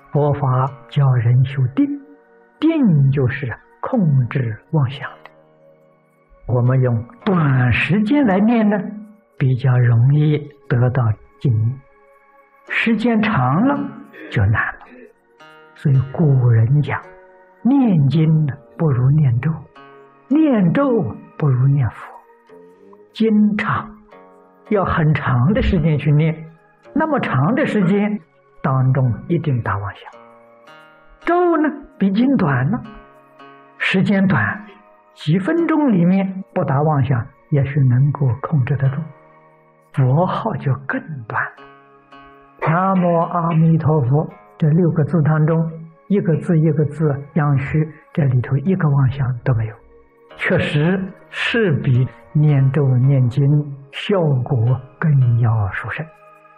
佛法教人修定，定就是控制妄想的。我们用短时间来念呢，比较容易得到静谧；时间长了就难了。所以古人讲，念经不如念咒，念咒不如念佛。经长，要很长的时间去念，那么长的时间当中一定打妄想。咒呢比经短了，时间短，几分钟里面不打妄想，也许能够控制得住。佛号就更短了。南无阿弥陀佛这6个字当中，一个字一个字样虚，这里头一个妄想都没有，确实是比念咒念经效果更要殊胜。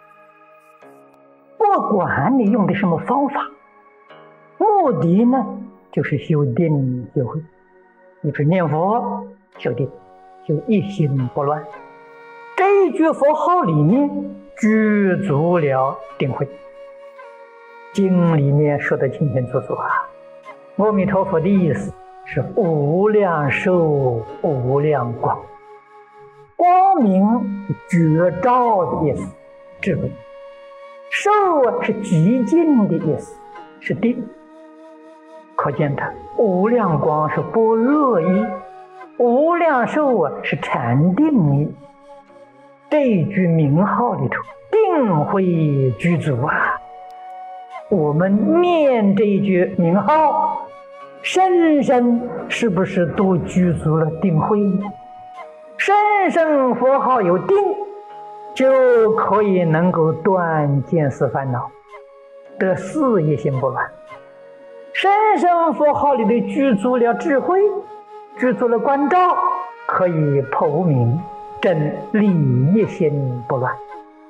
不管你用的什么方法，目的呢就是修定修慧。你去念佛修定，修一心不乱，这一句佛号里面具足了定慧。经里面说得清清楚楚啊，阿弥陀佛的意思是无量寿无量光，光明觉照的意思，智慧；寿是极静的意思，是定。可见它无量光是般若义，无量寿是禅定义。这一句名号里头定慧具足啊。我们念这一句名号，深深是不是都具足了定慧？深深佛号有定，就可以能够断见思烦恼，得四一心不乱。深深佛号里的具足了智慧，具足了关照，可以破无明，证理一心不乱。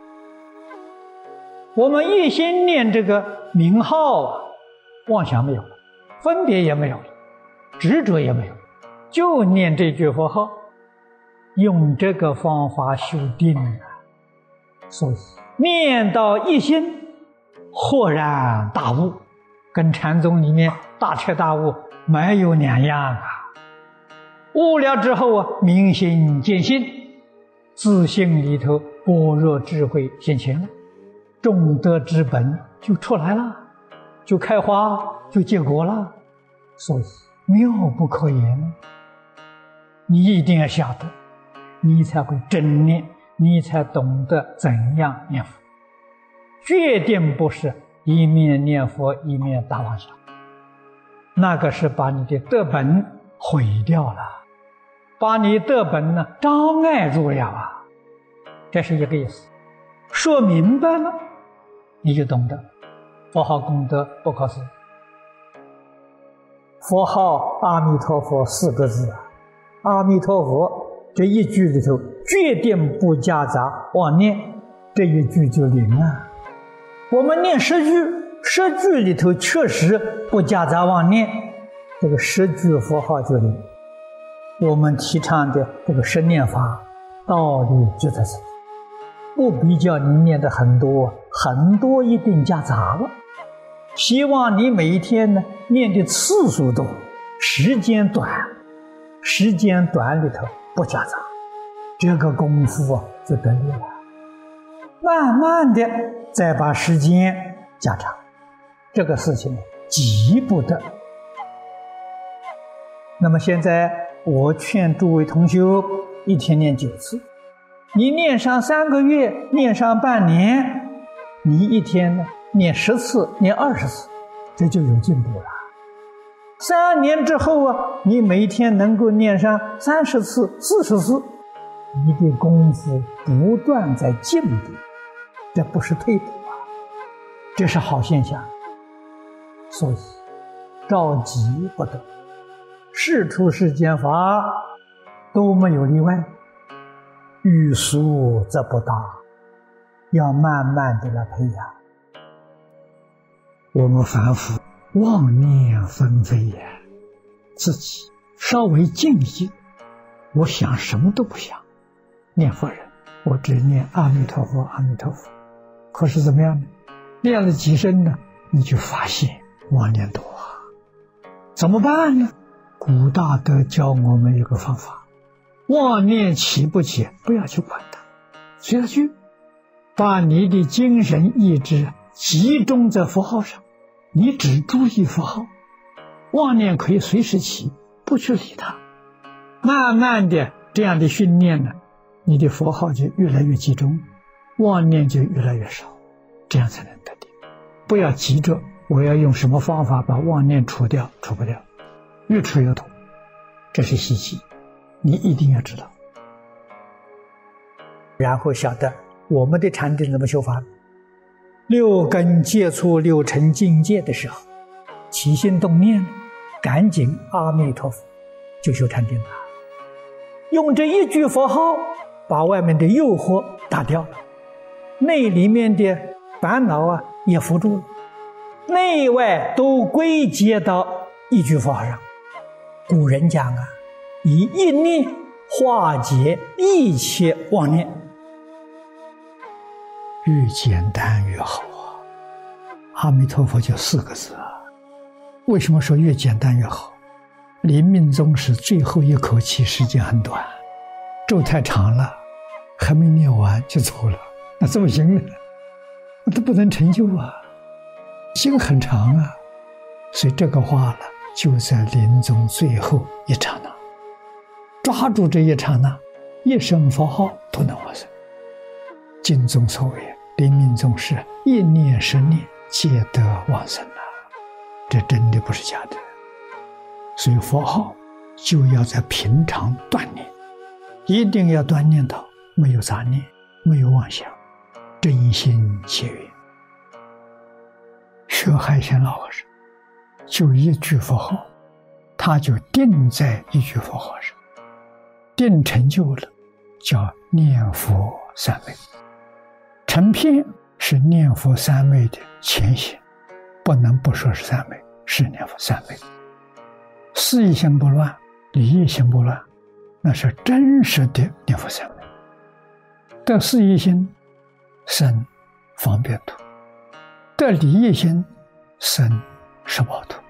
我们一心念这个名号，妄想没有了，分别也没有了，执着也没有，就念这句佛号，用这个方法修定啊。所以念到一心，豁然大悟，跟禅宗里面大彻大悟没有两样啊。悟了之后啊，明心见性，自性里头般若智慧现前了，种德之本就出来了，就开花，就结果了。所以妙不可言，你一定要晓得，你才会真念，你才懂得怎样念佛。决定不是一面念佛一面打妄想，那个是把你的德本毁掉了，把你德本呢障碍住了啊。这是一个意思。说明白了，你就懂得佛号功德不可思议。佛号阿弥陀佛4个字啊，阿弥陀佛这一句里头决定不夹杂妄念，这一句就灵啊。我们念10句，10句里头确实不夹杂妄念，这个10句佛号就灵。我们提倡的这个10念法道理就在这里，不比较你念的很多，很多一定夹杂了。希望你每一天呢念的次数多，时间短，时间短里头不夹杂，这个功夫就得力了。慢慢的再把时间加长，这个事情急不得。那么现在我劝诸位同修一天念9次，你念上3个月，念上半年，你一天呢念10次，念20次，这就有进步了。3年之后啊，你每天能够念上30次、40次，你的功夫不断在进步，这不是退步啊，这是好现象。所以着急不得，世出世间法都没有例外，欲速则不达，要慢慢的来培养。我们凡夫妄念纷飞呀，自己稍微静一静，我想什么都不想，念佛人我只念阿弥陀佛阿弥陀佛。可是怎么样呢？念了几声呢， 你就发现妄念多啊，怎么办呢？古大德教我们一个方法，妄念起不起，不要去管它，随它去，把你的精神意志集中在佛号上，你只注意佛号，妄念可以随时起，不去理它，慢慢的这样的训练呢，你的佛号就越来越集中，妄念就越来越少，这样才能得定。不要急着我要用什么方法把妄念除掉，除不掉，越除越多，这是习气，你一定要知道。然后晓得我们的禅定怎么修法。六根接触六尘境界的时候，起心动念，赶紧阿弥陀佛，就修禅定了。用这一句佛号，把外面的诱惑打掉了，内里面的烦恼啊也扶住了，内外都归结到一句佛号上。古人讲啊，以一念化解一切妄念，越简单越好啊！阿弥陀佛就4个字啊。为什么说越简单越好？临命终时最后一口气时间很短，咒太长了，还没念完就走了，那怎么行呢？那都不能成就啊，心很长啊。所以这个话了，就在临终最后一刹那，抓住这一刹那，一声佛号都能往生。经中所谓临命终时一念10念皆得往生啊，这真的不是假的。所以佛号就要在平常锻炼，一定要锻炼到没有杂念，没有妄想，真心切愿。薛海贤老和尚就一句佛号，他就定在一句佛号上，定成就了，叫念佛三昧。成片是念佛三昧的前行，不能不说是三昧，是念佛三昧。事业心不乱，理业心不乱，那是真实的念佛三昧。得事业心生方便土，得理业心生十报土。